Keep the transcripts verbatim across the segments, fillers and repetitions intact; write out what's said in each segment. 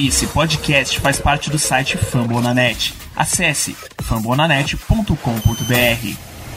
Esse podcast faz parte do site Fambonanet. Acesse fambonanet ponto com ponto b r.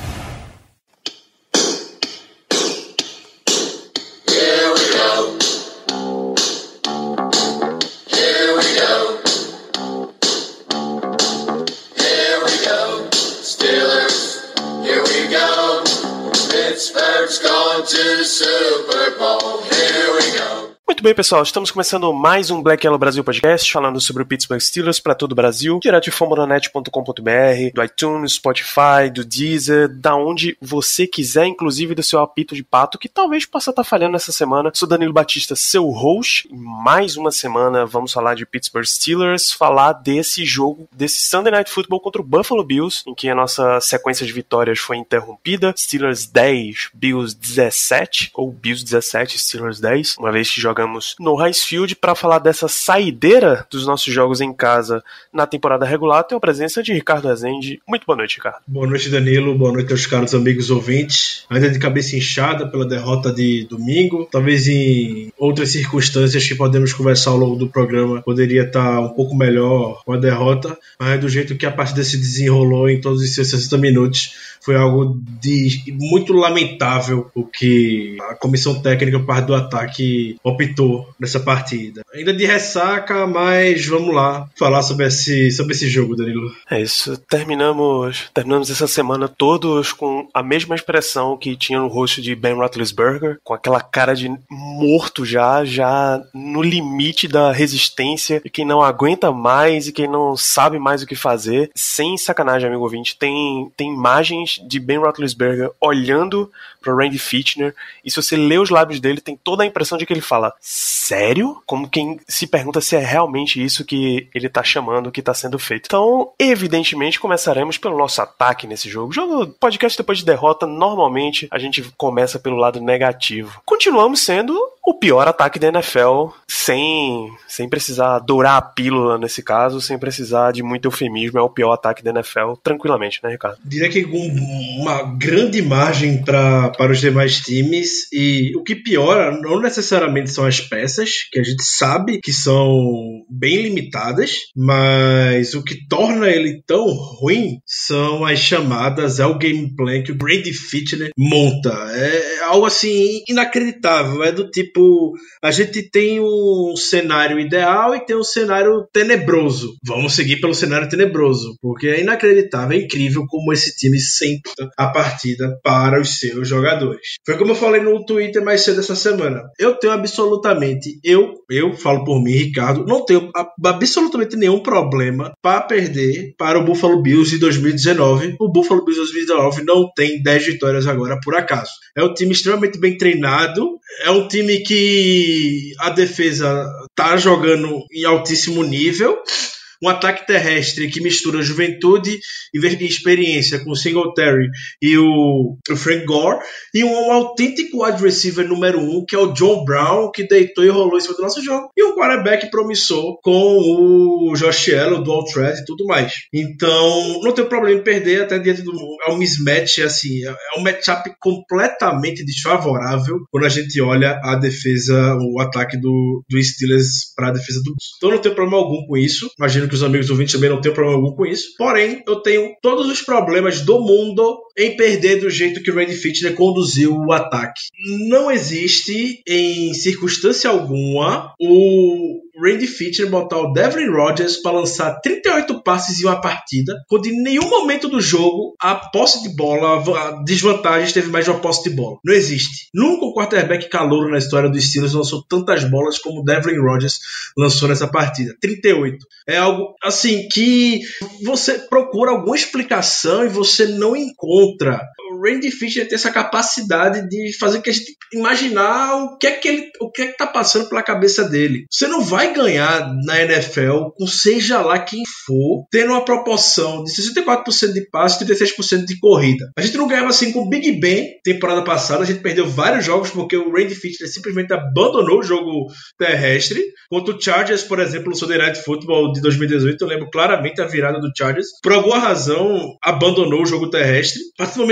Pittsburgh's going to the Super Bowl. Here we go. Muito bem, pessoal, estamos começando mais um Black Yellow Brasil Podcast, falando sobre o Pittsburgh Steelers para todo o Brasil, direto de fambonanet ponto com ponto b r, do iTunes, Spotify, do Deezer, da onde você quiser, inclusive do seu apito de pato, que talvez possa estar falhando nessa semana. Sou Danilo Batista, seu host, e mais uma semana vamos falar de Pittsburgh Steelers, falar desse jogo, desse Sunday Night Football contra o Buffalo Bills, em que a nossa sequência de vitórias foi interrompida. Steelers dez, Bills dezessete, ou Bills dezessete, Steelers dez, uma vez que jogamos no Heinz Field. Para falar dessa saideira dos nossos jogos em casa na temporada regular, tem a presença de Ricardo Rezende. Muito boa noite, Ricardo. Boa noite, Danilo. Boa noite aos caros amigos ouvintes. Ainda de cabeça inchada pela derrota de domingo. Talvez em outras circunstâncias que podemos conversar ao longo do programa poderia estar um pouco melhor com a derrota, mas do jeito que a partida se desenrolou em todos os seus sessenta minutos, foi algo de muito lamentável o que a comissão técnica, parte do ataque, optou nessa partida. Ainda de ressaca, mas vamos lá falar sobre esse, sobre esse jogo, Danilo. É isso, terminamos, terminamos essa semana todos com a mesma expressão que tinha no rosto de Ben Roethlisberger, com aquela cara de morto já, já no limite da resistência, e quem não aguenta mais e quem não sabe mais o que fazer. Sem sacanagem, amigo ouvinte, tem, tem imagens de Ben Roethlisberger olhando para Randy Fitchner, e se você lê os lábios dele, tem toda a impressão de que ele fala, sério? Como quem se pergunta se é realmente isso que ele tá chamando, que tá sendo feito. Então, evidentemente, começaremos pelo nosso ataque nesse jogo. Jogo, podcast depois de derrota, normalmente a gente começa pelo lado negativo. Continuamos sendo o pior ataque da N F L, sem, sem precisar dourar a pílula nesse caso, sem precisar de muito eufemismo, é o pior ataque da N F L, tranquilamente, né, Ricardo? Diria que com uma grande margem pra, para os demais times, e o que piora não necessariamente são as peças, que a gente sabe que são bem limitadas, mas o que torna ele tão ruim são as chamadas, é o gameplay que o Brady Fitchner monta. É algo assim inacreditável, é do tipo, a gente tem um cenário ideal e tem um cenário tenebroso. Vamos seguir pelo cenário tenebroso, porque é inacreditável, é incrível como esse time senta a partida para os seus jogadores. Foi como eu falei no Twitter mais cedo essa semana. Eu tenho absolutamente, eu, eu falo por mim, Ricardo, não tenho absolutamente nenhum problema para perder para o Buffalo Bills de dois mil e dezenove. O Buffalo Bills de dois mil e dezenove não tem dez vitórias agora por acaso. É um time extremamente bem treinado, é um time que a defesa tá jogando em altíssimo nível, um ataque terrestre que mistura juventude e experiência com o Singletary e o, o Frank Gore, e um, um autêntico wide receiver número um, que é o John Brown, que deitou e rolou em cima do nosso jogo, e um quarterback promissor com o Josh Allen, o dual threat e tudo mais. Então, não tem problema em perder, até diante do... É um mismatch, assim, é um matchup completamente desfavorável quando a gente olha a defesa, o ataque do, do Steelers para a defesa do Bills. Então, não tem problema algum com isso. Imagino que os amigos ouvintes também não tenham problema algum com isso. Porém, eu tenho todos os problemas do mundo em perder do jeito que o Randy Fitchner conduziu o ataque. Não existe, em circunstância alguma, o Randy Fitchner botar o Devlin Rodgers para lançar trinta e oito passes em uma partida, quando em nenhum momento do jogo a posse de bola, a desvantagem teve mais de uma posse de bola. Não existe. Nunca um quarterback calouro na história dos Steelers lançou tantas bolas como o Devlin Rodgers lançou nessa partida. trinta e oito. É algo assim que você procura alguma explicação e você não encontra. O Randy Fitchner tem essa capacidade de fazer que a gente imaginar o que é que ele, o que é que tá passando pela cabeça dele. Você não vai ganhar na N F L com seja lá quem for, tendo uma proporção de sessenta e quatro por cento de passe e trinta e seis por cento de corrida. A gente não ganhava assim com o Big Ben temporada passada, a gente perdeu vários jogos porque o Randy Fitchner simplesmente abandonou o jogo terrestre. Contra o Chargers, por exemplo, no Sunday Night Football de dois mil e dezoito, eu lembro claramente a virada do Chargers. Por alguma razão, abandonou o jogo terrestre. A partir do momento em que você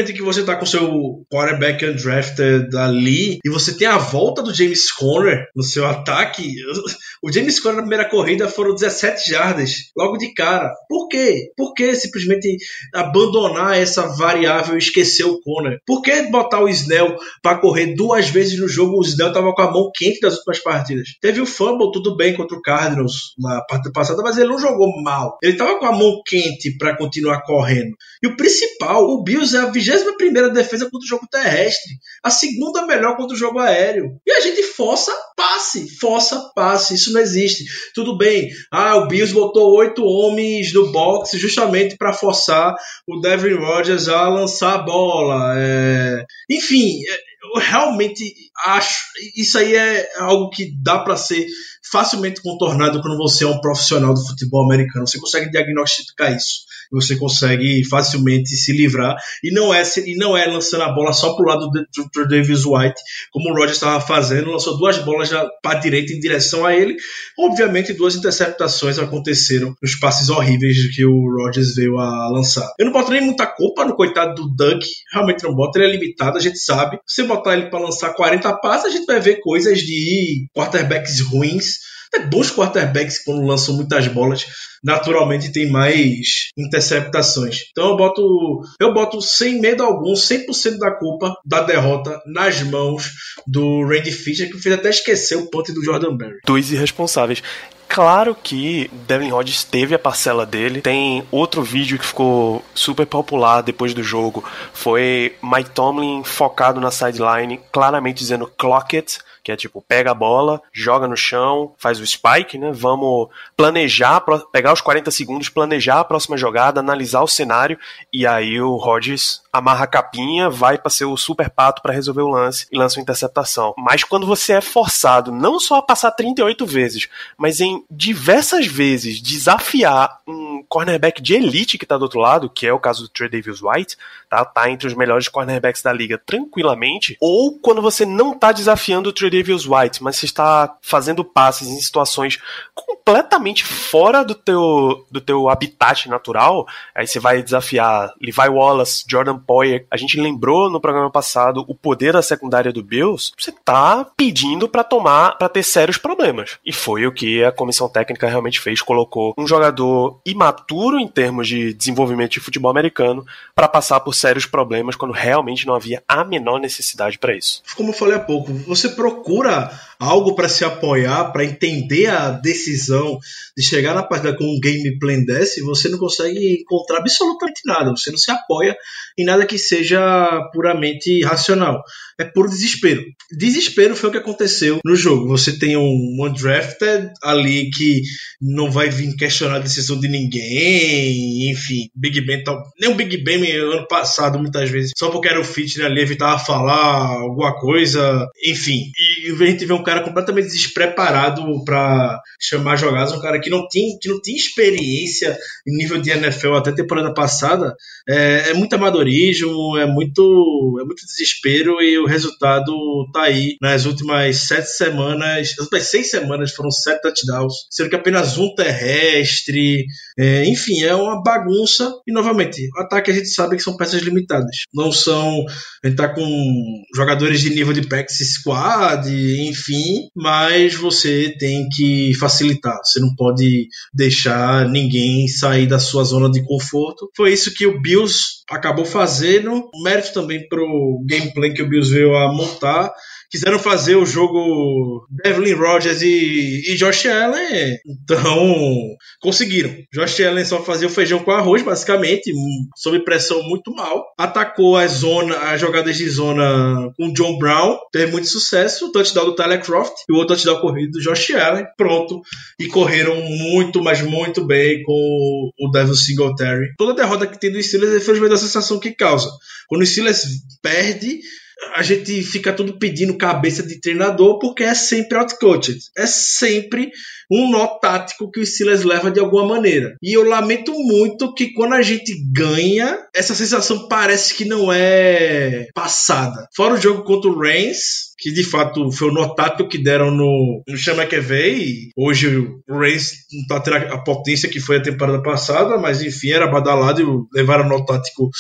você tá com seu quarterback undrafted ali e você tem a volta do James Conner no seu ataque, o James Conner na primeira corrida foram dezessete jardas, logo de cara. Por quê? Por que simplesmente abandonar essa variável e esquecer o Conner? Por que botar o Snell para correr duas vezes no jogo? O Snell tava com a mão quente das últimas partidas. Teve o fumble, tudo bem, contra o Cardinals na partida passada, mas ele não jogou mal. Ele tava com a mão quente para continuar correndo. E o principal, o Bills é a vigésima primeira defesa contra o jogo terrestre, a segunda melhor contra o jogo aéreo. E a gente força passe, força passe, isso não existe. Tudo bem, ah, o Bills botou oito homens no boxe justamente para forçar o Devin Rodgers a lançar a bola. É... Enfim, eu realmente acho, isso aí é algo que dá para ser facilmente contornado quando você é um profissional do futebol americano. Você consegue diagnosticar isso. Você consegue facilmente se livrar. E não é, e não é lançando a bola só pro lado do Davis White, como o Rodgers estava fazendo. Lançou duas bolas para a direita em direção a ele. Obviamente, duas interceptações aconteceram nos passes horríveis que o Rodgers veio a lançar. Eu não boto nem muita culpa no coitado do Doug. Realmente não boto. Ele é limitado, a gente sabe. Se você botar ele para lançar quarenta passes, a gente vai ver coisas de quarterbacks ruins. É bons quarterbacks, quando lançam muitas bolas, naturalmente tem mais interceptações. Então eu boto, eu boto sem medo algum, cem por cento da culpa da derrota nas mãos do Randy Fisher, que fez até esquecer o punt do Jordan Berry. Dois irresponsáveis. Claro que Devin Rodgers teve a parcela dele. Tem outro vídeo que ficou super popular depois do jogo. Foi Mike Tomlin focado na sideline, claramente dizendo clock it, que é tipo, pega a bola, joga no chão, faz o spike, né? Vamos planejar, pegar os quarenta segundos, planejar a próxima jogada, analisar o cenário, e aí o Rodgers amarra a capinha, vai para ser o super pato para resolver o lance e lança uma interceptação. Mas quando você é forçado não só a passar trinta e oito vezes, mas em diversas vezes desafiar um cornerback de elite que tá do outro lado, que é o caso do Trey Davis White, tá, tá entre os melhores cornerbacks da liga tranquilamente, ou quando você não tá desafiando o Trey Davis White, mas você está fazendo passes em situações completamente fora do teu, do teu habitat natural, aí você vai desafiar Levi Wallace, Jordan Poyer. A gente lembrou no programa passado o poder da secundária do Bills. Você tá pedindo para tomar, para ter sérios problemas. E foi o que a comissão técnica realmente fez, colocou um jogador imaturo em termos de desenvolvimento de futebol americano para passar por sérios problemas quando realmente não havia a menor necessidade para isso. Como eu falei há pouco, você procura algo para se apoiar, para entender a decisão de chegar na partida com um game plan desse, você não consegue encontrar absolutamente nada, você não se apoia em nada que seja puramente racional. É puro desespero. Desespero foi o que aconteceu no jogo. Você tem um undrafted ali que não vai vir questionar a decisão de ninguém, enfim, Big Ben, tá... nem o Big Ben ano passado, muitas vezes, só porque era o fitness ali, evitava falar alguma coisa, enfim. E a gente vê um cara completamente despreparado para chamar jogadas, um cara que não tinha, que não tinha experiência em nível de N F L até a temporada passada. É, é muito amadorismo, é muito, é muito desespero, e o resultado tá aí. Nas últimas sete semanas, as últimas seis semanas foram sete touchdowns, sendo que apenas um terrestre. É, enfim, é uma bagunça. E novamente, o ataque a gente sabe que são peças limitadas. Não são. A gente tá com jogadores de nível de practice squad, enfim, mas você tem que facilitar. Você não pode deixar ninguém sair da sua zona de conforto. Foi isso que o Bills acabou fazendo. Mérito também pro gameplay que o Bills veio a montar. Quiseram fazer o jogo Devin Rodgers e, e Josh Allen, então conseguiram. Josh Allen só fazia o feijão com arroz, basicamente, sob pressão muito mal. Atacou as, zona, as jogadas de zona com o John Brown, teve muito sucesso. O touchdown do Tyler Kroft e o outro touchdown corrido do Josh Allen, pronto. E correram muito, mas muito bem com o Devin Singletary. Toda derrota que tem do Steelers é infelizmente a sensação que causa. Quando o Steelers perde, a gente fica tudo pedindo cabeça de treinador, porque é sempre outcoached. É sempre um nó tático que o Steelers leva de alguma maneira. E eu lamento muito que quando a gente ganha, essa sensação parece que não é passada. Fora o jogo contra o Rams, que de fato foi o nó tático que deram no, no Sean McVay. Hoje o Rams não tá tendo a potência que foi a temporada passada, mas enfim, era badalado e levaram o nó tático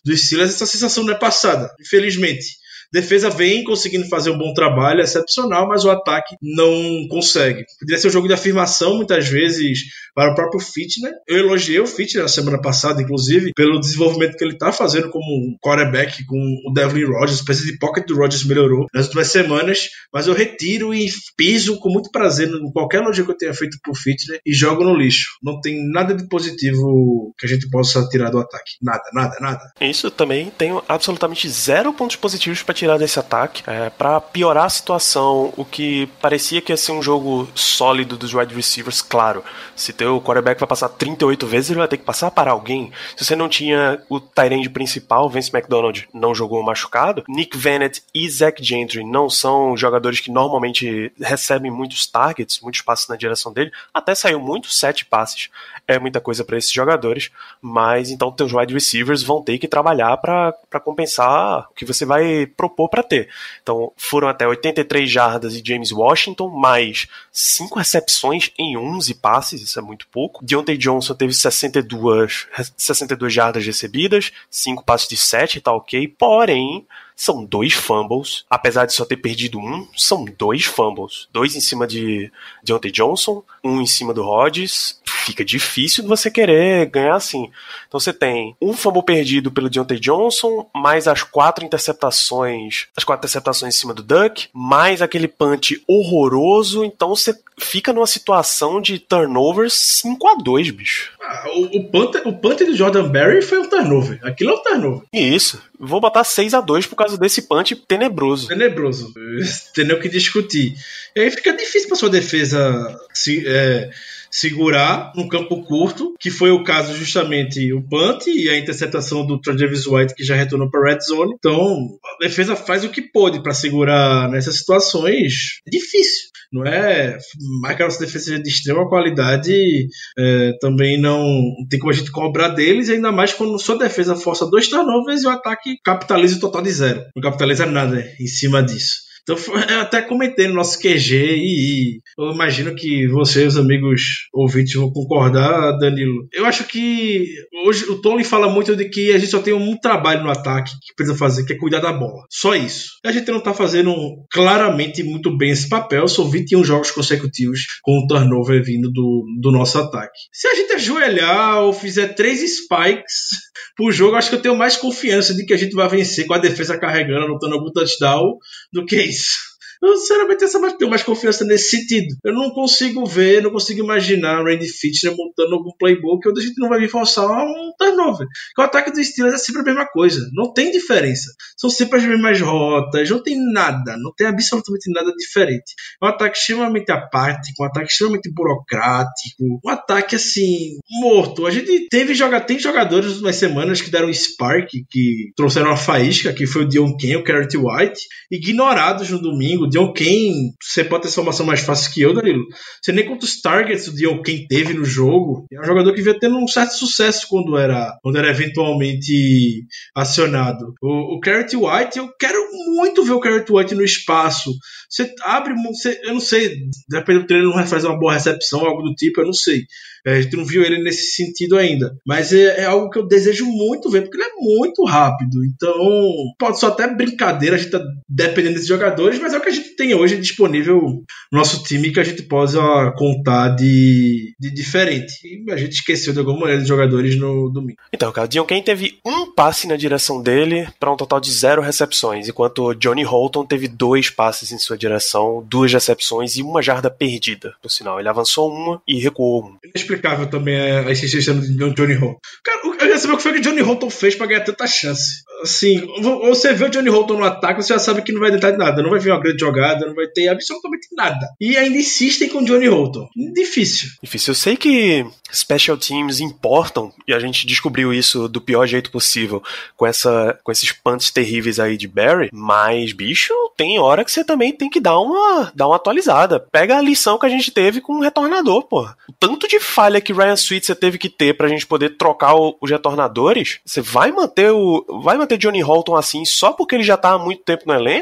dos Steelers, essa sensação não é passada, infelizmente. Defesa vem conseguindo fazer um bom trabalho, é excepcional, mas o ataque não consegue. Poderia ser um jogo de afirmação, muitas vezes, para o próprio Fichtner. Eu elogiei o Fichtner na semana passada, inclusive, pelo desenvolvimento que ele está fazendo como quarterback com o Devlin Rodgers. A espécie de pocket do Rodgers melhorou nas últimas semanas, mas eu retiro e piso com muito prazer em qualquer elogio que eu tenha feito para o Fichtner e jogo no lixo. Não tem nada de positivo que a gente possa tirar do ataque. Nada, nada, nada. Isso também, tenho absolutamente zero pontos positivos para tirar desse ataque, é, para piorar a situação. O que parecia que ia ser um jogo sólido dos wide receivers, claro, se teu quarterback vai passar trinta e oito vezes, ele vai ter que passar para alguém. Se você não tinha o tight end principal, Vance McDonald não jogou machucado, Nick Vannett e Zach Gentry não são jogadores que normalmente recebem muitos targets, muitos passes na direção dele, até saiu muito, sete passes, é muita coisa para esses jogadores, mas então teus wide receivers vão ter que trabalhar para compensar o que você vai propor para ter. Então foram até oitenta e três jardas de James Washington, mais cinco recepções em onze passes, isso é muito pouco. Deontay Johnson teve sessenta e duas, sessenta e duas jardas recebidas, cinco passes de sete, tá ok, porém são dois fumbles, apesar de só ter perdido um, são dois fumbles, dois em cima de Deontay Johnson, um em cima do Rodgers. Fica difícil de você querer ganhar assim. Então você tem um fumble perdido pelo Deontay Johnson, mais as quatro interceptações, as quatro interceptações em cima do Duck, mais aquele punch horroroso, então você fica numa situação de turnovers cinco a dois, bicho. Ah, o, o, punt, o punt do Jordan Berry foi um turnover. Aquilo é um turnover. Isso. Vou botar seis a dois por causa desse punch tenebroso. Tenebroso. Tem nem o que discutir. E aí fica difícil pra sua defesa se, é, segurar num campo curto, que foi o caso justamente o punt e a interceptação do Travis White, que já retornou para Red Zone. Então, a defesa faz o que pôde para segurar nessas situações. É difícil. Não é? Mas que a nossa defesa seja de extrema qualidade, é, também não tem como a gente cobrar deles, ainda mais quando sua defesa força dois turnovers e o ataque capitaliza o total de zero. Não capitaliza nada em cima disso. Então, eu até comentei no nosso Q G e eu imagino que você e os amigos ouvintes vão concordar, Danilo. Eu acho que hoje o Tony fala muito de que a gente só tem um trabalho no ataque que precisa fazer, que é cuidar da bola. Só isso. A gente não tá fazendo claramente muito bem esse papel. São vinte e um jogos consecutivos com o turnover vindo do, do nosso ataque. Se a gente ajoelhar ou fizer três spikes por jogo, acho que eu tenho mais confiança de que a gente vai vencer com a defesa carregando, anotando algum touchdown, do que isso. Eu, sinceramente, tenho mais confiança nesse sentido. Eu não consigo ver, não consigo imaginar Randy Fichtner montando algum playbook onde a gente não vai vir forçar um turnover. Porque o ataque dos Steelers é sempre a mesma coisa. Não tem diferença. São sempre as mesmas rotas. Não tem nada. Não tem absolutamente nada diferente. É um ataque extremamente apático, um ataque extremamente burocrático. Um ataque, assim, morto. A gente teve joga, tem jogadores nas últimas semanas que deram um spark, que trouxeram uma faísca, que foi o Dion Ken, o Garrett White, ignorados no domingo. Dion Ken, você pode ter essa informação mais fácil que eu, Danilo. Você nem quantos targets o Dion Ken teve no jogo. É um jogador que veio tendo um certo sucesso quando era, quando era eventualmente acionado. O, o Garrett White, eu quero muito ver o Garrett White no espaço. Você abre, você, eu não sei, dependendo do treino, não vai fazer uma boa recepção, algo do tipo, eu não sei. A gente não viu ele nesse sentido ainda. Mas é, é algo que eu desejo muito ver, porque ele é muito rápido. Então, pode ser até brincadeira, a gente tá dependendo desses jogadores, mas é o que a gente tem hoje disponível no nosso time que a gente possa contar de, de diferente. E a gente esqueceu de alguma maneira de jogadores no domingo. Então, cara, o Dion Ken teve um passe na direção dele para um total de zero recepções, enquanto o Johnny Holton teve dois passes em sua direção, duas recepções e uma jarda perdida. Por sinal, ele avançou uma e recuou uma. Inexplicável também a existência do Johnny Holton. Cara, eu queria saber o que foi que o Johnny Holton fez pra ganhar tanta chance. Assim, você vê o Johnny Holton no ataque, você já sabe que não vai tentar nada, não vai vir uma grande jogada, não vai ter absolutamente nada. E ainda insistem com o Johnny Holton. Difícil. Difícil. Eu sei que special teams importam, e a gente descobriu isso do pior jeito possível com, essa, com esses punts terríveis aí de Barry, mas, bicho, tem hora que você também tem que dar uma, dar uma atualizada. Pega a lição que a gente teve com o retornador, pô. O tanto de falha que Ryan Switzer teve que ter pra gente poder trocar o, os retornadores, você vai manter o vai manter Johnny Holton assim só porque ele já tá há muito tempo no elenco?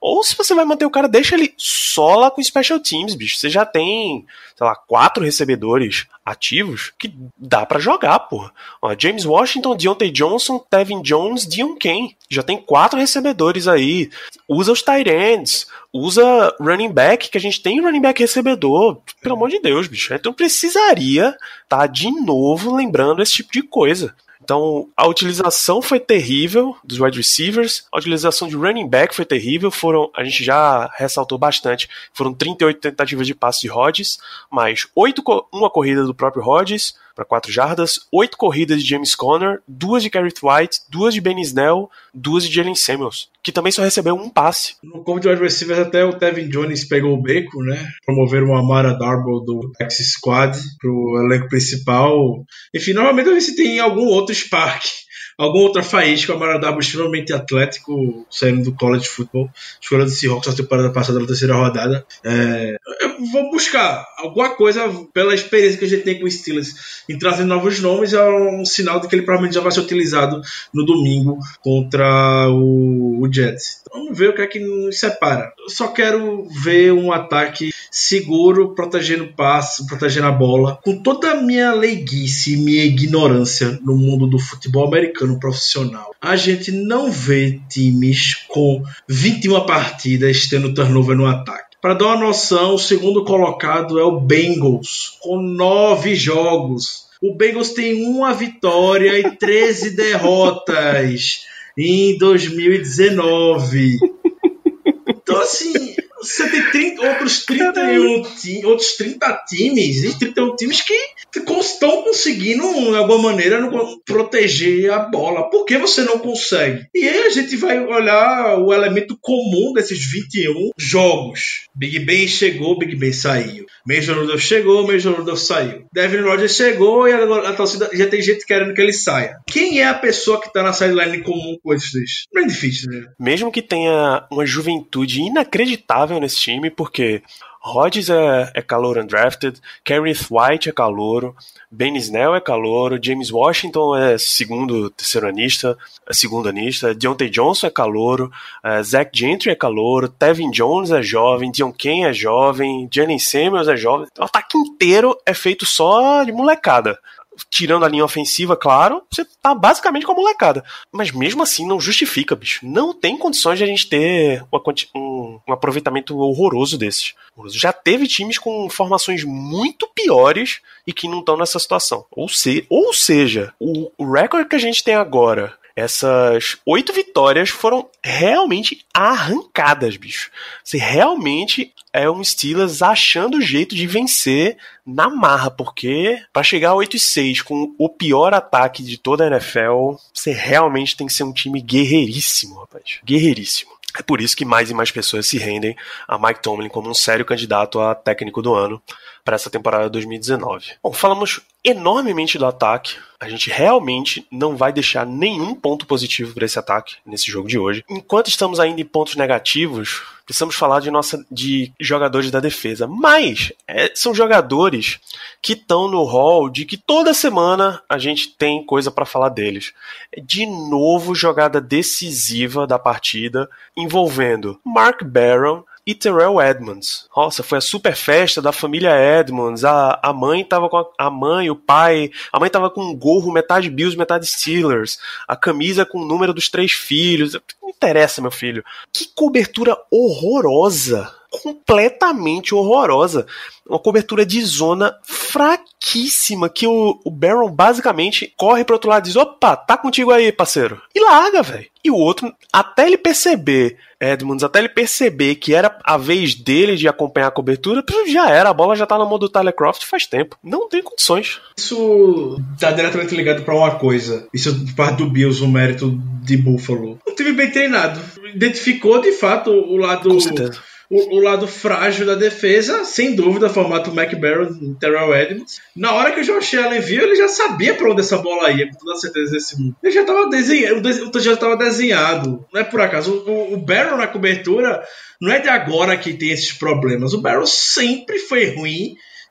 Ou se você vai manter o cara, deixa ele só lá com special teams, bicho. Você já tem, sei lá, quatro recebedores ativos que dá pra jogar, porra. Ó, James Washington, Deontay Johnson, Tevin Jones, Dion Kane. Já tem quatro recebedores aí. Usa os tight ends, usa running back, que a gente tem running back recebedor. Pelo amor de Deus, bicho. Então precisaria tá de novo lembrando esse tipo de coisa. Então, a utilização foi terrível dos wide receivers, a utilização de running back foi terrível, foram, a gente já ressaltou bastante, foram trinta e oito tentativas de passe de Rodgers, mais oito, uma corrida do próprio Rodgers, para quatro jardas, oito corridas de James Conner, duas de Garrett White, duas de Ben Snell, duas de Jalen Samuels, que também só recebeu um passe. No corpo de wide receivers, até o Tevin Jones pegou o beco, né? Promoveram o Amara Darboh do X-Squad pro elenco principal. Enfim, normalmente a gente tem algum outro Spark, alguma outra faísca. O Amara Darboh extremamente atlético, saindo do college football, escolha do Seahawks na temporada passada, na terceira rodada. É, eu vou buscar alguma coisa pela experiência que a gente tem com o Steelers em trazer novos nomes. É um sinal de que ele provavelmente já vai ser utilizado no domingo contra o, o Jets. Então, vamos ver o que é que nos separa. Eu só quero ver um ataque seguro, protegendo o passe, protegendo a bola. Com toda a minha leiguice e minha ignorância no mundo do futebol americano profissional, a gente não vê times com vinte e uma partidas tendo turnover no ataque. Para dar uma noção, o segundo colocado é o Bengals, com nove jogos. O Bengals tem uma vitória e treze derrotas em dois mil e dezenove. Então, assim, você tem trinta, outros, trinta e um, outros trinta times, e trinta e um times que estão conseguindo, de alguma maneira, proteger a bola. Por que você não consegue? E aí a gente vai olhar o elemento comum desses vinte e um jogos. Big Ben chegou, Big Ben saiu. Major Rudolph chegou, Major Rudolph saiu. Devin Rodgers chegou e agora a torcida já tem gente querendo que ele saia. Quem é a pessoa que está na sideline comum com esses? Não é difícil, né? Mesmo que tenha uma juventude inacreditável nesse time, porque Rodgers é, é calouro undrafted, Garrett White é calouro, Ben Snell é calouro, James Washington é segundo terceiro anista, é segundo anista, Deontay Johnson é calouro, é, Zach Gentry é calouro, Tevin Jones é jovem, Dion Kane é jovem, Jalen Samuels é jovem. O ataque inteiro é feito só de molecada. Tirando a linha ofensiva, claro, você tá basicamente com a molecada. Mas mesmo assim não justifica, bicho. Não tem condições de a gente ter um, um aproveitamento horroroso desses. Já teve times com formações muito piores e que não estão nessa situação. Ou, se, ou seja, o, o recorde que a gente tem agora, essas oito vitórias foram realmente arrancadas, bicho. Você realmente é um Steelers achando o jeito de vencer na marra, porque para chegar a oito e seis com o pior ataque de toda a N F L, você realmente tem que ser um time guerreiríssimo, rapaz. Guerreiríssimo. É por isso que mais e mais pessoas se rendem a Mike Tomlin como um sério candidato a técnico do ano para essa temporada dois mil e dezenove. Bom, falamos enormemente do ataque. A gente realmente não vai deixar nenhum ponto positivo para esse ataque nesse jogo de hoje. Enquanto estamos ainda em pontos negativos, precisamos falar de, nossa, de jogadores da defesa. Mas é, são jogadores que estão no hall de que toda semana a gente tem coisa para falar deles. De novo, jogada decisiva da partida envolvendo Mark Barron e Terrell Edmonds. Nossa, foi a super festa da família Edmonds. A, a mãe tava com a, a mãe, o pai. A mãe tava com um gorro, metade Bills, metade Steelers. A camisa com o número dos três filhos. Não interessa, meu filho. Que cobertura horrorosa. Completamente horrorosa. Uma cobertura de zona fraquíssima, que o, o Barron basicamente corre pro outro lado e diz: opa, tá contigo aí, parceiro. E larga, velho. E o outro, até ele perceber, Edmonds, até ele perceber que era a vez dele de acompanhar a cobertura, já era, a bola já tá na mão do Tyler Croft faz tempo. Não tem condições. Isso tá diretamente ligado pra uma coisa. Isso parte do Bills, o mérito de Buffalo. Um time bem treinado. Identificou, de fato, o lado... Com certeza. O, o lado frágil da defesa, sem dúvida, formato Mac Barron e Terrell Edmonds. Na hora que o Josh Allen viu, ele já sabia pra onde essa bola ia, com toda certeza desse mundo. Ele já estava desenhado, já estava desenhado. Não é por acaso. O, o Barron na cobertura não é de agora que tem esses problemas. O Barron sempre foi ruim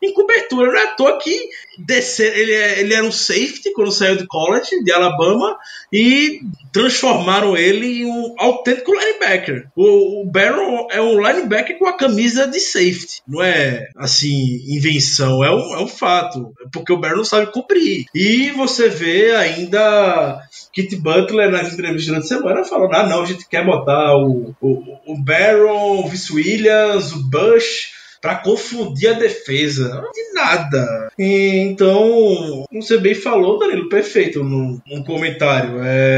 em cobertura. Não é à toa que descer, ele, é, ele era um safety quando saiu do college, de Alabama, e transformaram ele em um autêntico linebacker. O, o Barron é um linebacker com a camisa de safety. Não é, assim, invenção. É um, é um fato. Porque o Barron não sabe cobrir. E você vê ainda Kit Butler nas entrevistas durante a semana falando, ah, não, a gente quer botar o, o, o Barron, o Vince Williams, o Bush para confundir a defesa. Não de nada. E, então, como você bem falou, Danilo, perfeito num, num comentário.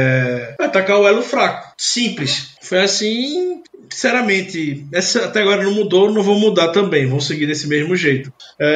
É atacar o elo fraco. Simples. Foi assim, sinceramente, essa até agora não mudou, não vão mudar também, vão seguir desse mesmo jeito.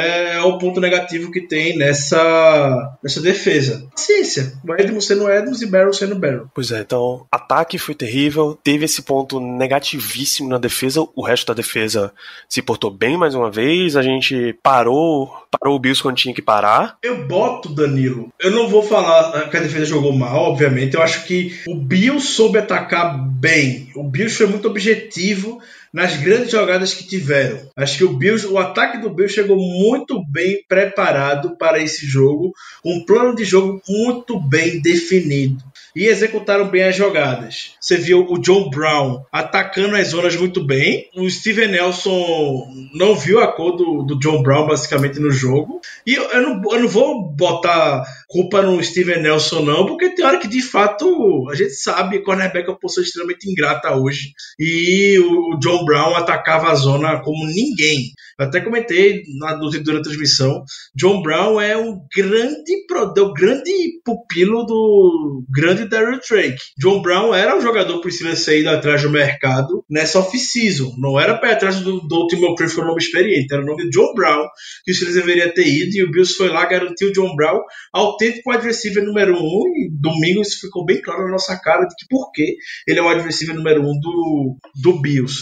É o ponto negativo que tem nessa, nessa defesa. Ciência. O Edmonds sendo Edmonds e Barron sendo Barron. Pois é, então, ataque foi terrível, teve esse ponto negativíssimo na defesa, o resto da defesa se portou bem mais uma vez, a gente parou, parou o Bills quando tinha que parar. Eu boto, Danilo, eu não vou falar que a defesa jogou mal, obviamente, eu acho que o Bills soube atacar bem. O Bills foi muito objetivo nas grandes jogadas que tiveram. Acho que o Bills, o ataque do Bills chegou muito bem preparado para esse jogo, um plano de jogo muito bem definido. E executaram bem as jogadas. Você viu o John Brown atacando as zonas muito bem. O Steven Nelson não viu a cor do, do John Brown basicamente no jogo. E eu, eu, não, eu não vou botar culpa no Steven Nelson não, porque tem hora que de fato a gente sabe que o cornerback é uma posição extremamente ingrata hoje. E o, o John Brown atacava a zona como ninguém. Eu até comentei na, durante a transmissão. John Brown é um grande, um grande pupilo do grande Darryl Drake. John Brown era um jogador que precisa ser ido atrás do mercado nessa off-season. Não era para ir atrás do, do Ultimate Crew, foi um nome experiente. Era o nome de John Brown que o Steelers deveria ter ido, e o Bills foi lá, garantiu o John Brown, autêntico wide receiver número um, e domingo isso ficou bem claro na nossa cara de que por que ele é o wide receiver número um do, do Bills.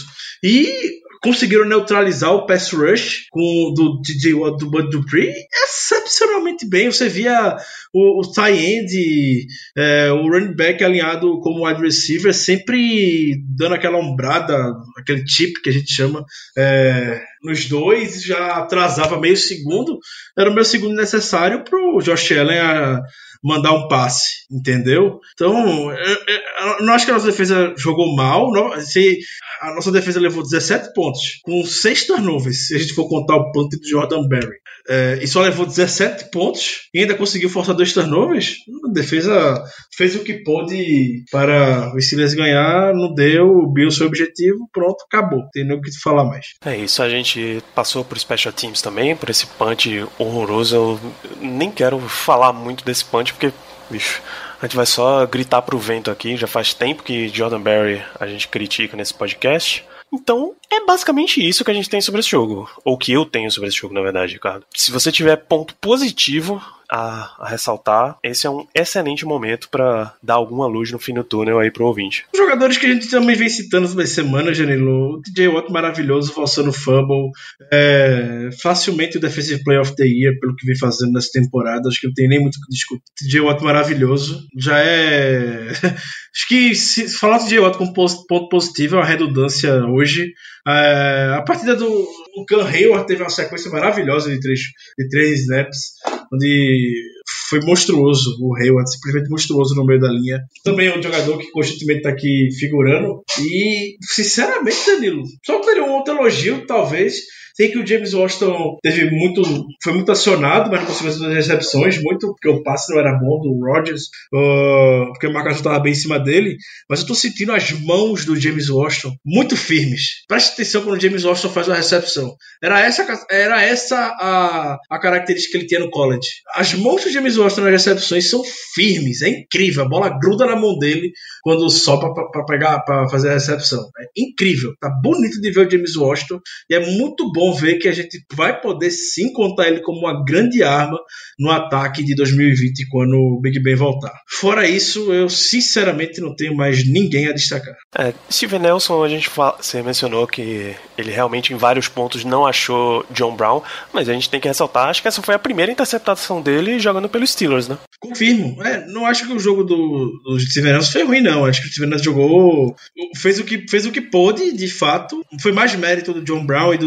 E conseguiram neutralizar o pass rush com, do D J Watt, do Bud Dupree excepcionalmente bem. Você via o, o tight end, é, o running back alinhado como wide receiver, sempre dando aquela ombrada, aquele chip que a gente chama, é, nos dois, já atrasava meio segundo. Era o meu segundo necessário para o Josh Allen a mandar um passe, entendeu? Então, eu, eu não acho que a nossa defesa jogou mal. Não, se a nossa defesa levou dezessete pontos, com seis turnovers, se a gente for contar o punt do Jordan Berry, é, e só levou dezessete pontos e ainda conseguiu forçar dois turnovers. A defesa fez o que pôde para o Steelers ganhar, não deu, o Bills foi o objetivo, pronto, acabou, tem nem o que falar mais. É isso, a gente passou por Special Teams também, por esse punch horroroso. Eu nem quero falar muito desse punch, porque, bicho, a gente vai só gritar pro vento aqui. Já faz tempo que Jordan Berry a gente critica nesse podcast. Então, é basicamente isso que a gente tem sobre esse jogo. Ou que eu tenho sobre esse jogo, na verdade, Ricardo. Se você tiver ponto positivo a, a ressaltar, esse é um excelente momento para dar alguma luz no fim do túnel aí pro ouvinte. Os jogadores que a gente também vem citando nas semanas, Janilo, o T J Watt maravilhoso, forçando fumble, é, facilmente o Defensive Player of the Year, pelo que vem fazendo nessa temporada. Acho que não tem nem muito o que discutir. T J Watt maravilhoso, já é... Acho que se falar do T J Watt com ponto positivo é uma redundância hoje. É, a partida do o Cam Hayward teve uma sequência maravilhosa de três, de três snaps, onde foi monstruoso o Hayward, simplesmente monstruoso no meio da linha. Também é um jogador que constantemente está aqui figurando. E, sinceramente, Danilo, só teria um outro elogio, talvez. Sei que o James Washington teve muito, foi muito acionado, mas não conseguiu fazer recepções, muito porque o passe não era bom do Rodgers, uh, porque o marcação estava bem em cima dele. Mas eu estou sentindo as mãos do James Washington muito firmes. Preste atenção quando o James Washington faz uma recepção. Era essa, era essa a, a característica que ele tinha no college. As mãos do James Washington nas recepções são firmes, é incrível. A bola gruda na mão dele quando sopra para pegar, para fazer a recepção. É incrível. Tá bonito de ver o James Washington e é muito bom ver que a gente vai poder sim contar ele como uma grande arma no ataque de dois mil e vinte quando o Big Ben voltar. Fora isso, eu sinceramente não tenho mais ninguém a destacar. É, Steven Nelson, a gente fala, você mencionou que ele realmente em vários pontos não achou John Brown, mas a gente tem que ressaltar, acho que essa foi a primeira interceptação dele jogando pelos Steelers, né? Confirmo. É, não acho que o jogo do, do Steven Nelson foi ruim, não. Acho que o Steven Nelson jogou, fez o que, fez o que pôde, de fato. Foi mais mérito do John Brown e do Josh Allen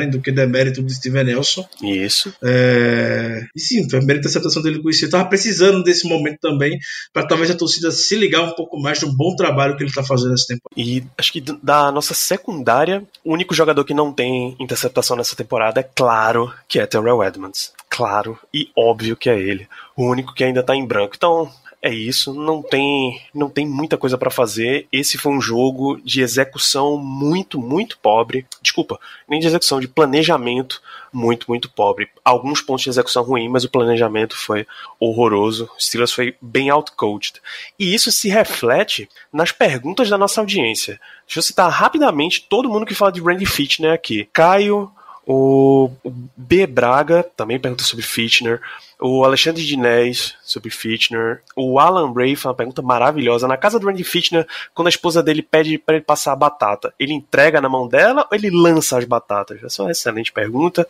Allen do que demérito do Steven Nelson. Isso. É... E sim, foi mérito da aceptação dele com isso. Eu tava precisando desse momento também, para talvez a torcida se ligar um pouco mais de um bom trabalho que ele tá fazendo nessa temporada. E acho que da nossa secundária, o único jogador que não tem interceptação nessa temporada é claro que é Terrell Edmonds. Claro e óbvio que é ele. O único que ainda tá em branco. Então, é isso, não tem, não tem muita coisa pra fazer. Esse foi um jogo de execução muito, muito pobre. Desculpa, nem de execução, de planejamento muito, muito pobre. Alguns pontos de execução ruim, mas o planejamento foi horroroso. O Steelers foi bem outcoached. E isso se reflete nas perguntas da nossa audiência. Deixa eu citar rapidamente todo mundo que fala de Randy Fitner aqui. Caio, o B. Braga também pergunta sobre Fitner. O Alexandre Dinés sobre Fitner. O Alan Ray faz uma pergunta maravilhosa. Na casa do Randy Fitner, quando a esposa dele pede para ele passar a batata, ele entrega na mão dela ou ele lança as batatas? Essa é uma excelente pergunta.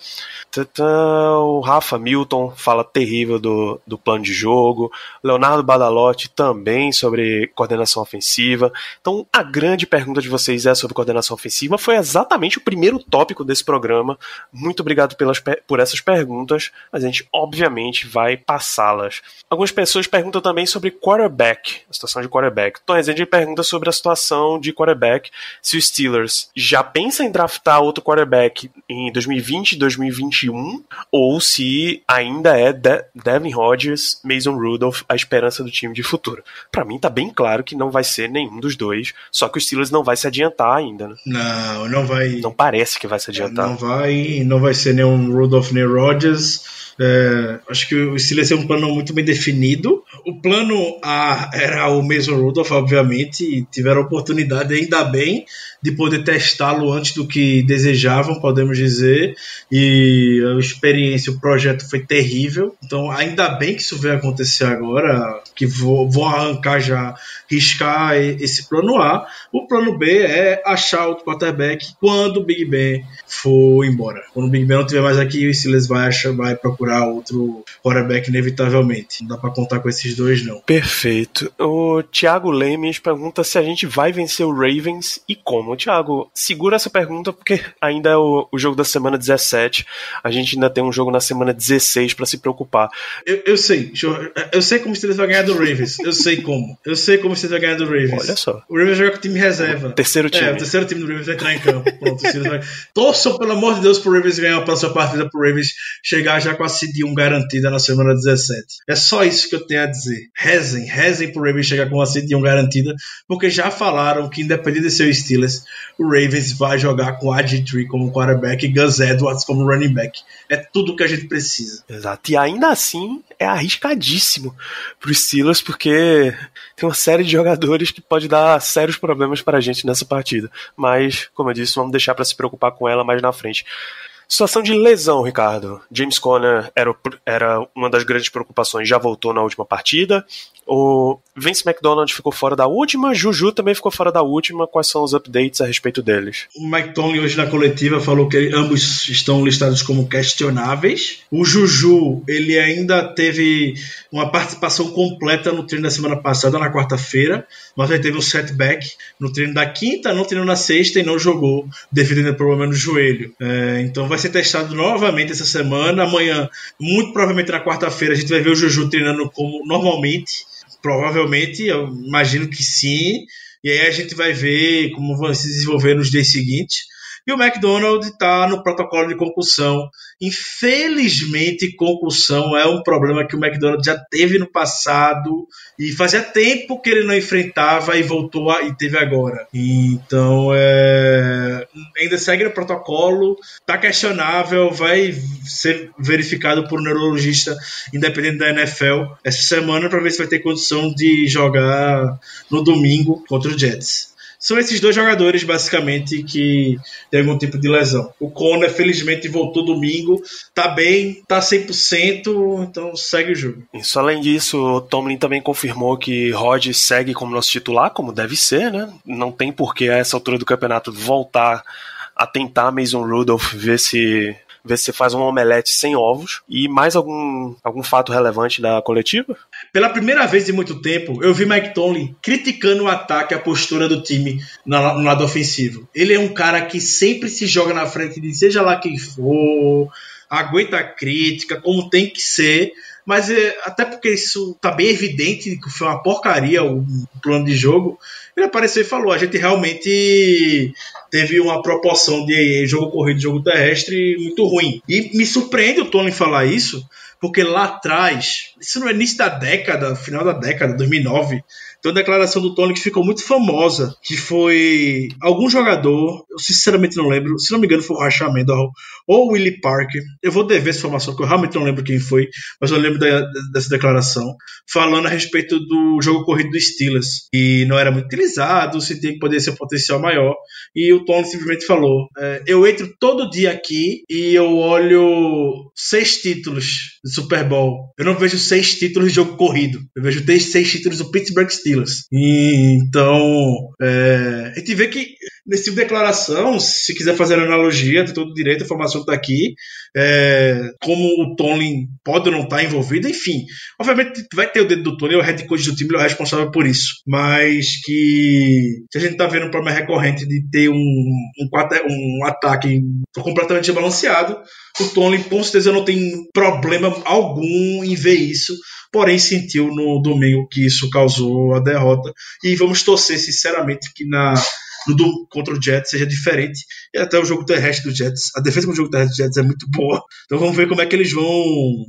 O Rafa Milton fala terrível do, do plano de jogo. Leonardo Badalotti também sobre coordenação ofensiva. Então, a grande pergunta de vocês é sobre coordenação ofensiva. Foi exatamente o primeiro tópico desse programa. Muito obrigado pelas, por essas perguntas. Mas a gente, obviamente, vai passá-las. Algumas pessoas perguntam também sobre quarterback, a situação de quarterback. Tom Rezende pergunta sobre a situação de quarterback, se o Steelers já pensa em draftar outro quarterback em dois mil e vinte, dois mil e vinte e um, ou se ainda é De- Devin Rodgers, Mason Rudolph, a esperança do time de futuro. Pra mim tá bem claro que não vai ser nenhum dos dois, só que o Steelers não vai se adiantar ainda, né? Não, não vai. Não parece que vai se adiantar. Não vai, não vai ser nenhum Rudolph nem Rodgers. É, acho que o Steelers tem um plano muito bem definido. O plano A era o Mason Rudolph, obviamente, e tiveram a oportunidade, ainda bem, de poder testá-lo antes do que desejavam, podemos dizer, e a experiência, o projeto foi terrível. Então, ainda bem que isso veio acontecer agora, que vou, vou arrancar já, riscar esse plano A. O plano B é achar outro quarterback quando o Big Ben for embora. Quando o Big Ben não estiver mais aqui, o Steelers vai, achar, vai procurar outro quarterback inevitavelmente. Não dá pra contar com esses dois, não. Perfeito. O Thiago Lemes pergunta se a gente vai vencer o Ravens e como. Thiago, segura essa pergunta porque ainda é o, o jogo da semana dezessete. A gente ainda tem um jogo na semana dezesseis pra se preocupar. Eu, eu sei. Eu, eu sei como o Steelers vai ganhar do Ravens. Eu sei como. Eu sei como o Steelers vai ganhar do Ravens. Olha só. O Ravens joga com o time reserva. O terceiro time. É, o terceiro time do Ravens vai entrar em campo. Pronto, o Steelers vai... Torçam, pelo amor de Deus, pro Ravens ganhar a próxima partida, pro Ravens chegar já com a seed um garantida na semana dezessete. É só isso que eu tenho a dizer. Rezem, rezem pro Ravens chegar com a seed um garantida, porque já falaram que, independente de ser o Steelers, o Ravens vai jogar com A J três como quarterback e Gus Edwards como running back. É tudo que a gente precisa. Exato. E ainda assim é arriscadíssimo pro Steelers, porque tem uma série de jogadores que pode dar sérios problemas para a gente nessa partida. Mas, como eu disse, vamos deixar para se preocupar com ela mais na frente. Situação de lesão, Ricardo. James Conner era, era uma das grandes preocupações, já voltou na última partida. O Vince McDonald ficou fora da última, Juju também ficou fora da última. Quais são os updates a respeito deles? O Mike Tomlin hoje na coletiva falou que ambos estão listados como questionáveis. O Juju, ele ainda teve uma participação completa no treino da semana passada, na quarta-feira, mas ele teve um setback no treino da quinta, não treinou na sexta e não jogou devido a problema no joelho. É, então vai ser testado novamente essa semana. Amanhã, muito provavelmente na quarta-feira, a gente vai ver o Juju treinando como normalmente. Provavelmente, eu imagino que sim. E aí a gente vai ver como vai se desenvolver nos dias seguintes. E o McDonald está no protocolo de concussão. Infelizmente, concussão é um problema que o McDonald já teve no passado e fazia tempo que ele não enfrentava e voltou a, e teve agora. Então, é, ainda segue no protocolo, está questionável, vai ser verificado por um neurologista independente da N F L essa semana para ver se vai ter condição de jogar no domingo contra o Jets. São esses dois jogadores, basicamente, que tem algum tipo de lesão. O Conner, felizmente, voltou domingo, tá bem, tá cem por cento, então segue o jogo. Isso, além disso, o Tomlin também confirmou que Rodgers segue como nosso titular, como deve ser, né? Não tem por que, a essa altura do campeonato, voltar a tentar Mason Rudolph, ver se ver se faz um omelete sem ovos. E mais algum, algum fato relevante da coletiva? Pela primeira vez em muito tempo, eu vi Mike Tomlin criticando o ataque, a postura do time no lado ofensivo. Ele é um cara que sempre se joga na frente de seja lá quem for, aguenta a crítica, como tem que ser, mas é, até porque isso tá bem evidente que foi uma porcaria o, o plano de jogo, ele apareceu e falou, a gente realmente teve uma proporção de jogo corrido e jogo terrestre muito ruim. E me surpreende o Tony falar isso, porque lá atrás, isso no início da década, final da década, dois mil e nove, tem uma declaração do Tony que ficou muito famosa, que foi algum jogador, eu sinceramente não lembro, se não me engano foi o Rashad Mendenhall ou o Willie Parker, eu vou dever essa informação, que eu realmente não lembro quem foi, mas eu lembro da, dessa declaração, falando a respeito do jogo corrido dos Steelers, e não era muito utilizado, se tem que poder ser um potencial maior, e o Tony simplesmente falou, é, eu entro todo dia aqui e eu olho seis títulos de Super Bowl, eu não vejo seis títulos de jogo corrido, eu vejo seis títulos do Pittsburgh Steelers. E, então, é, a gente vê que nesse tipo de declaração, se quiser fazer analogia, tem todo o direito, a informação está aqui, é, como o Tomlin pode ou não estar envolvido, enfim, obviamente vai ter o dedo do Tomlin, é o head coach do time, ele é o responsável por isso, mas que se a gente está vendo um problema recorrente de ter um, um, um ataque completamente desbalanceado, o Tomlin com certeza não tem problema algum em ver isso, porém sentiu no domingo que isso causou a derrota, e vamos torcer sinceramente que na, no, contra o Jets seja diferente, e até o jogo terrestre do Jets, a defesa do jogo terrestre do Jets é muito boa, então vamos ver como é que eles vão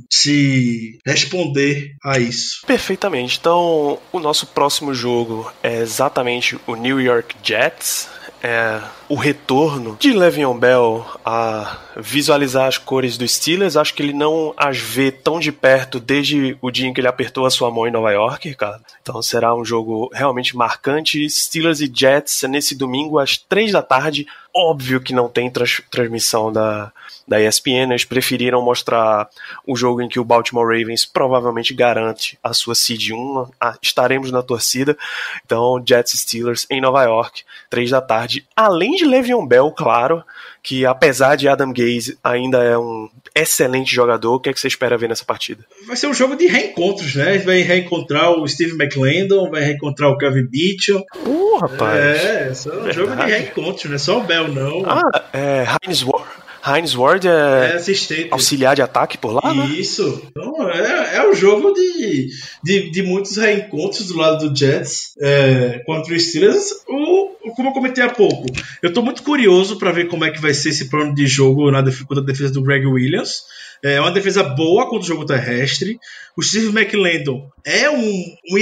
se responder a isso. Perfeitamente, então o nosso próximo jogo é exatamente o New York Jets, é o retorno de Le'Veon Bell a visualizar as cores dos Steelers. Acho que ele não as vê tão de perto desde o dia em que ele apertou a sua mão em Nova York, cara. Então será um jogo realmente marcante. Steelers e Jets nesse domingo às três da tarde. Óbvio que não tem trans- transmissão da, da E S P N, eles preferiram mostrar o jogo em que o Baltimore Ravens provavelmente garante a sua seed um, ah, estaremos na torcida, então Jets e Steelers em Nova York, três da tarde, além de Le'Veon Bell, claro, que apesar de Adam Gase ainda é um excelente jogador. O que é que você espera ver nessa partida? Vai ser um jogo de reencontros, né? Vai reencontrar o Steve McClendon, vai reencontrar o Kevin Mitchell. Uh, rapaz! É, é um jogo de reencontros, não é só o Bell, não. Ah, é Hines Ward. Hines Ward é, é assistente. Auxiliar de ataque por lá, né? Isso. Então, é, é um jogo de, de, de muitos reencontros do lado do Jets é, contra os Steelers. O, como eu comentei há pouco, eu tô muito curioso para ver como é que vai ser esse plano de jogo na defesa, contra a defesa do Greg Williams. É uma defesa boa contra o jogo terrestre. O Steve McClendon é um, um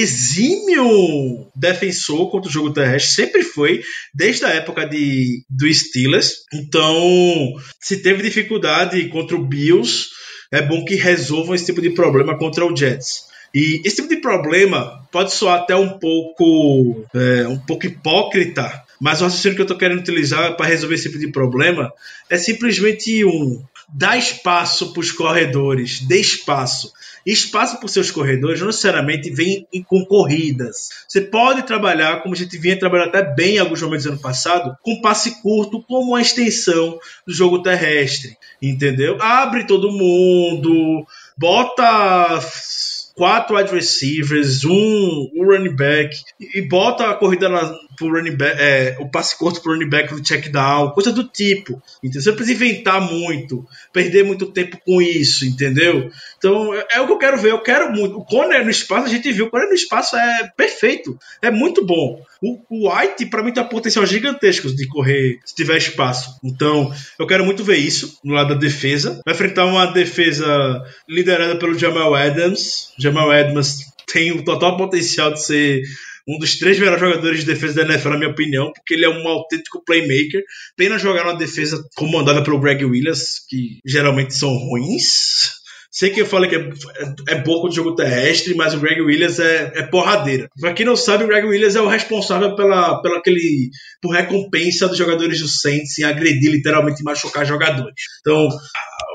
exímio defensor contra o jogo terrestre. Sempre foi, desde a época de, do Steelers. Então, se teve dificuldade contra o Bills, é bom que resolvam esse tipo de problema contra o Jets. E esse tipo de problema pode soar até um pouco, é, um pouco hipócrita, mas o raciocínio que eu estou querendo utilizar para resolver esse tipo de problema é simplesmente um: dá espaço para os corredores, dê espaço. E espaço para os seus corredores não necessariamente vem com corridas. Você pode trabalhar, como a gente vinha trabalhando até bem em alguns momentos do ano passado, com passe curto como uma extensão do jogo terrestre. Entendeu? Abre todo mundo, bota quatro wide receivers, um, um running back, e bota a corrida na, pro running back, é, o passe curto pro running back no check down, coisa do tipo. Então você não precisa inventar muito, perder muito tempo com isso, entendeu? Então é, é o que eu quero ver, eu quero muito. O Conner no espaço, a gente viu, o Conner no espaço é perfeito, é muito bom. O, o White, pra mim, tem um potencial gigantesco de correr se tiver espaço. Então, eu quero muito ver isso no lado da defesa. Vai enfrentar uma defesa liderada pelo Jamal Adams. Jamal Adams tem o total potencial de ser um dos três melhores jogadores de defesa da N F L, na minha opinião, porque ele é um autêntico playmaker. Pena jogar numa defesa comandada pelo Greg Williams, que geralmente são ruins. Sei que eu falei que é, é, é boa contra o jogo terrestre, mas o Greg Williams é, é porradeira. Pra quem não sabe, o Greg Williams é o responsável pela, pela aquele, por recompensa dos jogadores do Saints em agredir, literalmente machucar jogadores. Então,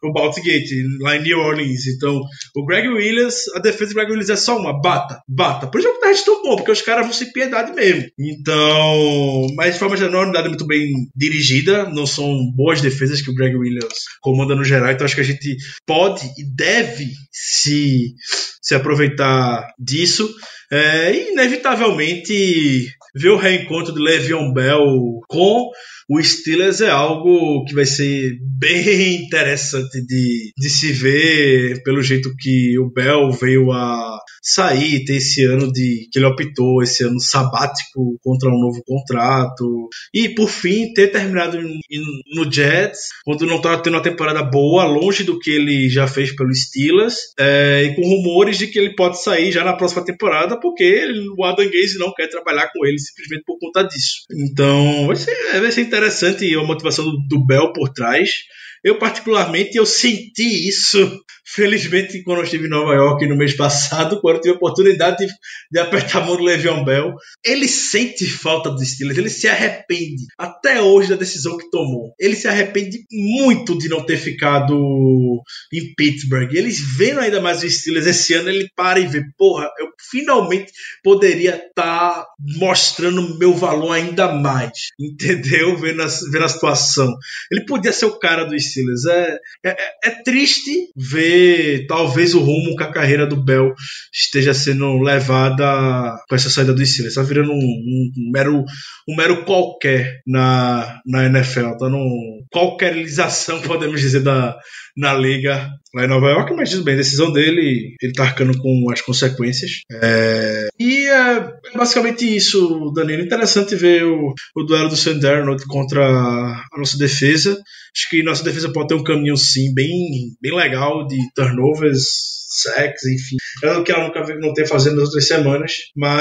o Baltigate, lá em New Orleans. Então, o Greg Williams, a defesa do Greg Williams é só uma, bata, bata. Por isso que o terrestre é tão bom, porque os caras vão sem piedade mesmo. Então, mas de forma geral, a unidade é muito bem dirigida, não são boas defesas que o Greg Williams comanda no geral, então acho que a gente pode e deve se, se aproveitar disso. É, e inevitavelmente ver o reencontro de Le'Veon Bell com o Steelers é algo que vai ser bem interessante de, de se ver, pelo jeito que o Bell veio a sair, ter esse ano de que ele optou, esse ano sabático contra um novo contrato, e por fim ter terminado em, no Jets, quando não estava tendo uma temporada boa, longe do que ele já fez pelo Steelers, é, e com rumores de que ele pode sair já na próxima temporada, porque ele, o Adam Gase não quer trabalhar com ele simplesmente por conta disso. Então vai ser, vai ser interessante a motivação do, do Bell por trás. Eu particularmente, eu senti isso, felizmente, quando eu estive em Nova York no mês passado, quando eu tive a oportunidade de, de apertar a mão do Le'Veon Bell. Ele sente falta dos Steelers, ele se arrepende até hoje da decisão que tomou. Ele se arrepende muito de não ter ficado em Pittsburgh. Eles vendo ainda mais os Steelers esse ano, ele para e vê, porra, eu finalmente poderia estar tá mostrando meu valor ainda mais, entendeu? Vendo a, vendo a situação. Ele podia ser o cara dos Steelers. É, é, é triste ver talvez o rumo que a carreira do Bell esteja sendo levada com essa saída dos Steelers. Está virando um, um, um, mero, um mero qualquer na, na N F L. Está num qualquerização, podemos dizer, da, na liga lá em Nova York, mas tudo bem, a decisão dele, ele está arcando com as consequências. É, e é basicamente isso, Danilo. Interessante ver o, o duelo do Sam Darnold contra a nossa defesa. Acho que nossa defesa pode ter um caminho, sim, bem, bem legal de turnovers, sacks, enfim. É o que ela nunca não tem fazendo nas outras semanas,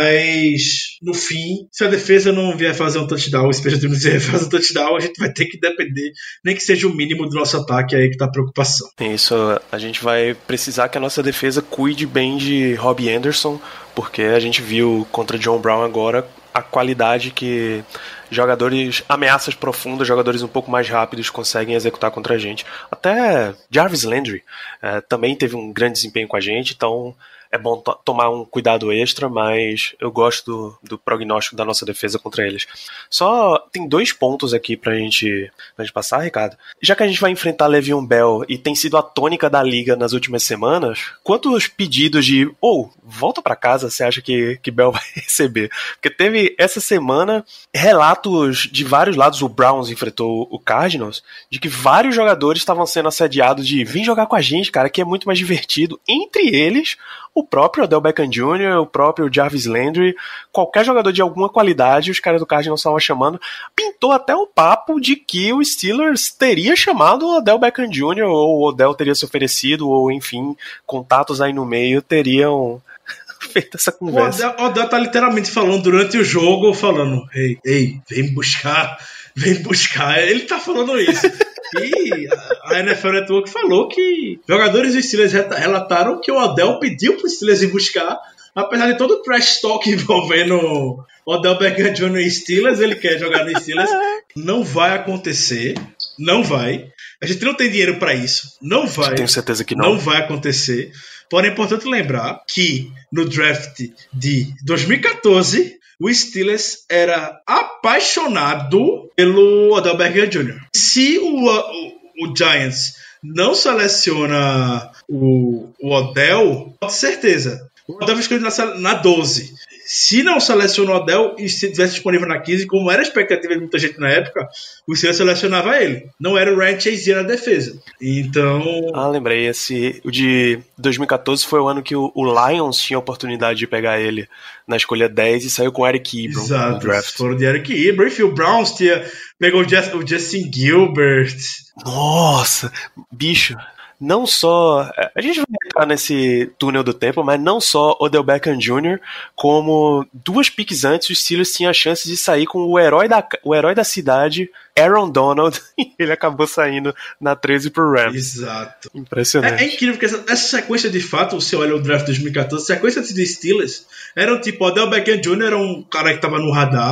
mas no fim, se a defesa não vier fazer um touchdown, o Special Teams vier fazer um touchdown, a gente vai ter que depender, nem que seja o mínimo do nosso ataque, aí que tá a preocupação. Isso, a gente vai precisar que a nossa defesa cuide bem de Robbie Anderson, porque a gente viu contra John Brown agora a qualidade que jogadores, ameaças profundas, jogadores um pouco mais rápidos conseguem executar contra a gente. Até Jarvis Landry é, também teve um grande desempenho com a gente, então é bom to- tomar um cuidado extra, mas eu gosto do, do prognóstico da nossa defesa contra eles. Só tem dois pontos aqui pra gente, pra gente passar, Ricardo. Já que a gente vai enfrentar Le'Veon Bell e tem sido a tônica da liga nas últimas semanas, quantos pedidos de, ou, oh, volta pra casa, você acha que, que Bell vai receber? Porque teve essa semana relatos de vários lados, o Browns enfrentou o Cardinals, de que vários jogadores estavam sendo assediados de vem jogar com a gente, cara, que é muito mais divertido. Entre eles, o próprio Odell Beckham Júnior, o próprio Jarvis Landry, qualquer jogador de alguma qualidade, os caras do Cardinals estavam chamando. Pintou até o papo de que o Steelers teria chamado o Odell Beckham Júnior, ou o Odell teria se oferecido, ou enfim, contatos aí no meio teriam feito essa conversa. O Odell tá literalmente falando durante o jogo, falando, ei, ei, vem buscar, vem buscar. Ele tá falando isso. E a N F L Network falou que jogadores do Steelers relataram que o Odell pediu pro Steelers ir buscar, apesar de todo o trash talk envolvendo Odell Beckham Júnior e Steelers, ele quer jogar no Steelers. Não vai acontecer, não vai. A gente não tem dinheiro para isso, não vai. Tenho certeza que não. Não vai acontecer. Porém, é importante lembrar que no draft de dois mil e catorze, o Steelers era apaixonado pelo Odell Beckham Júnior Se o, o, o Giants não seleciona o, o Odell, com certeza, o Odell foi escolhido na, na doze. Se não seleciona o Odell e se tivesse disponível na quinze, como era a expectativa de muita gente na época, o Steelers selecionava ele. Não era o Ryan Shazier na defesa. Então... Ah, lembrei. Esse, o de dois mil e catorze foi o ano que o, o Lions tinha a oportunidade de pegar ele na escolha dez e saiu com o Eric Ebron Exato, no draft. Foram de Eric Ebron. E o Browns tinha, pegou o, Just, o Justin Gilbert. Nossa, bicho... Não só... A gente vai entrar nesse túnel do tempo, mas não só Odell Beckham Júnior, como duas piques antes, os Steelers tinham a chance de sair com o herói da, o herói da cidade, Aaron Donald, e ele acabou saindo na treze pro Rams. Exato. Impressionante. É, é incrível, porque essa, essa sequência, de fato, você olha o draft de dois mil e catorze, a sequência de Steelers, eram tipo, Odell Beckham Júnior era um cara que tava no radar,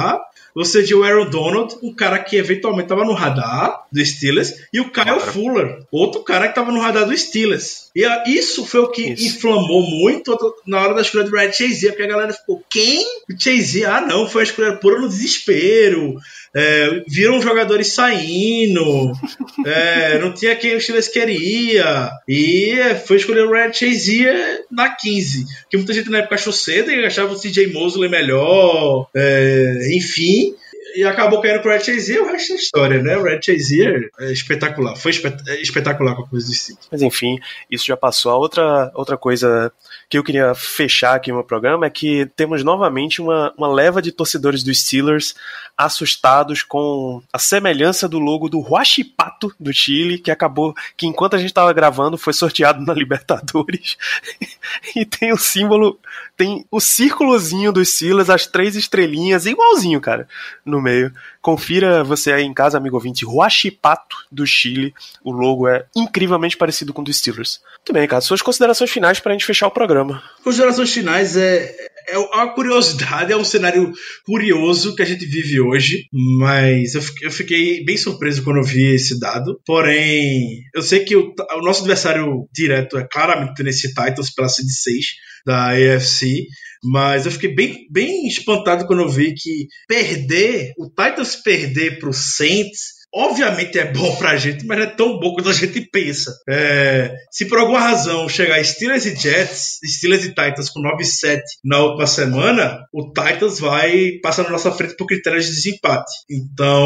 Você tinha o Aaron Donald, um cara que eventualmente estava no radar do Steelers, e o Kyle claro. Fuller, outro cara que estava no radar do Steelers. E isso foi o que isso. inflamou muito na hora da escolha do Red Shazier, porque a galera ficou, quem? O Shazier? Ah, não, foi a escolha pura no desespero. É, viram jogadores saindo, é, não tinha quem o Steelers queria, e foi escolher o Red Shazier na quinze, que muita gente na época achou cedo e achava o C J Mosley melhor, é, enfim, e acabou caindo pro Red Shazier, o resto é história, né? O Red Shazier é espetacular, foi espet- espetacular com a coisa do Steelers. Mas enfim, isso já passou. A outra, outra coisa que eu queria fechar aqui no meu programa é que temos novamente uma, uma leva de torcedores dos Steelers assustados com a semelhança do logo do Huachipato do Chile, que acabou, que enquanto a gente estava gravando foi sorteado na Libertadores e tem o símbolo, tem o círculozinho dos Steelers, as três estrelinhas, igualzinho, cara, no meio. Confira você aí em casa, amigo ouvinte, Huachipato do Chile, o logo é incrivelmente parecido com o dos Steelers. Muito bem, cara, suas considerações finais pra gente fechar o programa. Considerações finais é, é uma curiosidade, é um cenário curioso que a gente vive hoje, mas eu fiquei, eu fiquei bem surpreso quando eu vi esse dado, porém, eu sei que o, o nosso adversário direto é claramente Tennessee Titans pela seed seis da A F C, mas eu fiquei bem, bem espantado quando eu vi que perder, o Titans perder pro Saints, obviamente é bom pra gente, mas não é tão bom quanto a gente pensa. É, se por alguma razão chegar Steelers e Jets, Steelers e Titans com nove a sete na última semana, o Titans vai passar na nossa frente por critérios de desempate. Então,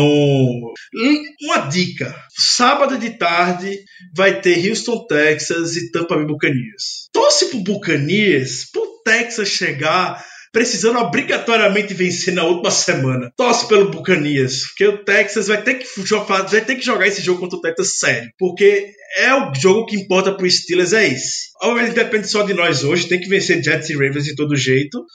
uma dica. Sábado de tarde vai ter Houston, Texas e Tampa Bay Buccaneers. Torce pro Buccaneers, pro Texas chegar precisando obrigatoriamente vencer na última semana. Torce pelo Buccaneers, porque o Texas vai ter que jogar, vai ter que jogar esse jogo contra o Texas sério, porque é o jogo que importa pro Steelers, é esse. Obviamente depende só de nós hoje, tem que vencer Jets e Ravens de todo jeito,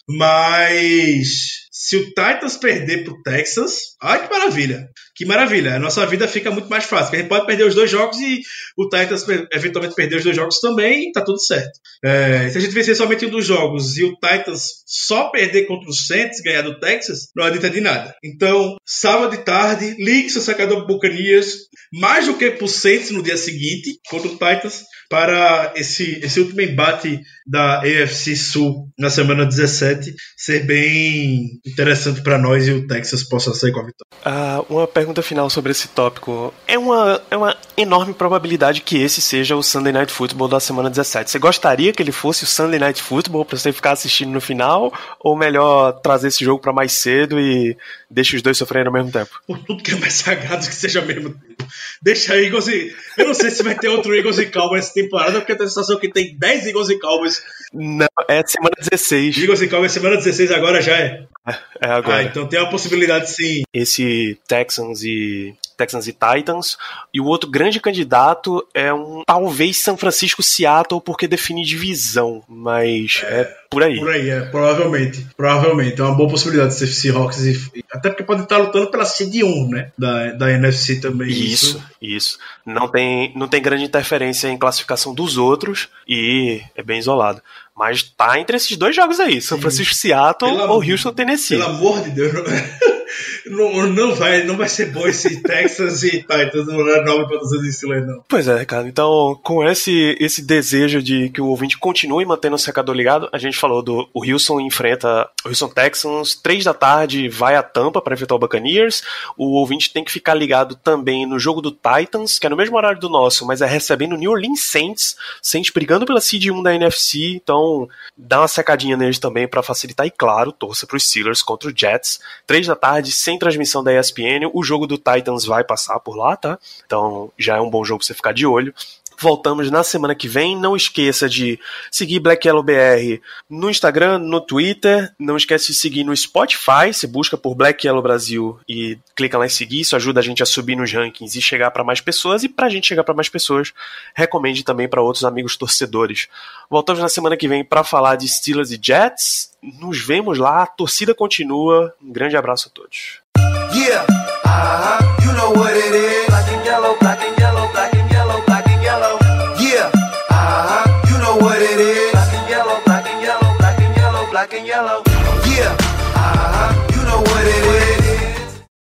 mas se o Titans perder pro Texas, ai que maravilha, que maravilha, a nossa vida fica muito mais fácil, porque a gente pode perder os dois jogos e o Titans eventualmente perder os dois jogos também, tá tudo certo. É, se a gente vencer somente um dos jogos e o Titans só perder contra o Saints, ganhar do Texas, não adianta de nada. Então, sábado de tarde, ligue seu secador Buccaneers, mais do que pro Saints no dia seguinte, contra o Titans, para esse, esse último embate da A F C Sul na semana dezessete ser bem interessante para nós e o Texas possa sair com a vitória. Ah, uma pergunta final sobre esse tópico. É uma, é uma enorme probabilidade que esse seja o Sunday Night Football da semana dezessete. Você gostaria que ele fosse o Sunday Night Football para você ficar assistindo no final? Ou melhor trazer esse jogo para mais cedo e deixa os dois sofrerem ao mesmo tempo? Por tudo que é mais sagrado que seja ao mesmo tempo. Deixa aí, Eagles e... Eu não sei se vai ter outro Eagles e Cowboys essa temporada, porque eu tenho a sensação que tem dez Eagles e Cowboys. Não, é semana dezesseis. Eagles e Cowboys semana dezesseis agora já é? É agora. Ah, então tem uma possibilidade sim. Esse Texans e... Texans e Titans, e o outro grande candidato é um talvez São Francisco-Seattle, porque define divisão, mas é, é por aí. Por aí, é, provavelmente. Provavelmente, é uma boa possibilidade de ser Seahawks, e, até porque pode estar lutando pela seed um, né, da, da N F C também. Isso, isso. isso. Não tem, não tem grande interferência em classificação dos outros, e é bem isolado. Mas tá entre esses dois jogos aí, São Francisco-Seattle ou Houston-Tennessee. Pelo amor de Deus, não, não, vai, não vai ser bom esse Texas e Titans no horário nove para os Steelers, não. Pois é, cara. Então, com esse, esse desejo de que o ouvinte continue mantendo o secador ligado, a gente falou do o Houston enfrenta o Houston Texans, três da tarde vai a Tampa para enfrentar o Buccaneers. O ouvinte tem que ficar ligado também no jogo do Titans, que é no mesmo horário do nosso, mas é recebendo o New Orleans Saints, Saints brigando pela seed um da N F C, então dá uma secadinha neles também para facilitar e, claro, torça para os Steelers contra o Jets. três da tarde, sem transmissão da E S P N, o jogo do Titans vai passar por lá, tá? Então já é um bom jogo pra você ficar de olho. Voltamos na semana que vem. Não esqueça de seguir Black Yellow B R no Instagram, no Twitter. Não esquece de seguir no Spotify. Você busca por Black Yellow Brasil e clica lá em seguir. Isso ajuda a gente a subir nos rankings e chegar para mais pessoas. E pra gente chegar para mais pessoas, recomende também para outros amigos torcedores. Voltamos na semana que vem para falar de Steelers e Jets. Nos vemos lá. A torcida continua. Um grande abraço a todos. Yeah, uh-huh. You know what it is. Black and yellow.